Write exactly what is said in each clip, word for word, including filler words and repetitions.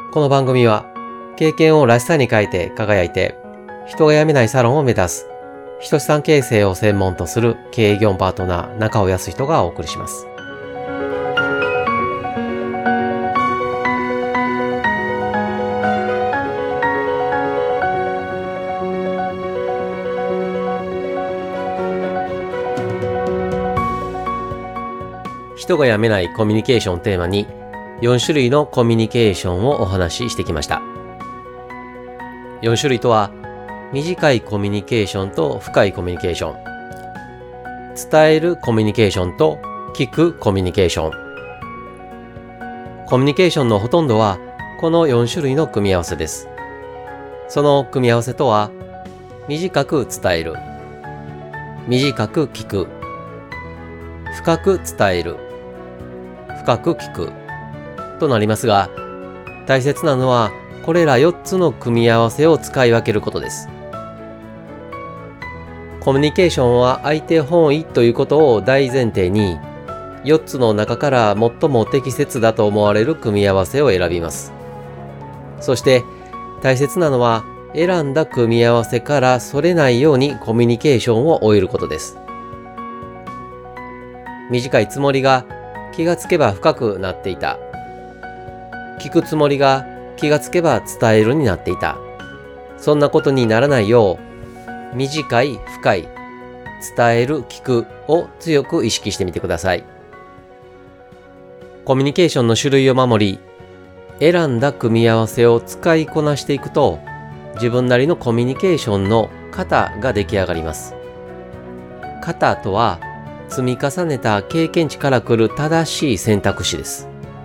この番組は経験をらしさに変えて輝いて人が辞めないサロンを目指す人資産形成を専門とする経営業パートナー中尾康人がお送りします。人が辞めないコミュニケーションをテーマによん種類のコミュニケーションをお話ししてきました。よん種類とは短いコミュニケーションと深いコミュニケーション、伝えるコミュニケーションと聞くコミュニケーション。コミュニケーションのほとんどはこのよん種類の組み合わせです。その組み合わせとは短く伝える、短く聞く、深く伝える、深く聞くとなりますが、大切なのはこれらよっつの組み合わせを使い分けることです。コミュニケーションは相手本位ということを大前提に、よっつの中から最も適切だと思われる組み合わせを選びます。そして大切なのは選んだ組み合わせからそれないようにコミュニケーションを終えることです。短いつもりが気がつけば深くなっていた。聞くつもりが気がつけば伝えるになっていた。そんなことにならないよう、短い、深い、伝える、聞くを強く意識してみてください。コミュニケーションの種類を守り、選んだ組み合わせを使いこなしていくと、自分なりのコミュニケーションの型が出来上がります。型とは、積み重ねた経験値から来る正しい選択肢です。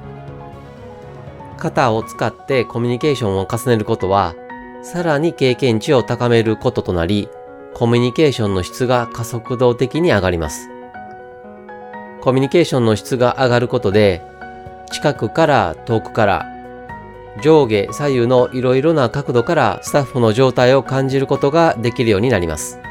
型を使ってコミュニケーションを重ねることは、さらに経験値を高めることとなり、コミュニケーションの質が加速度的に上がります。コミュニケーションの質が上がることで、近くから遠くから、上下左右のいろいろな角度からスタッフの状態を感じることができるようになります。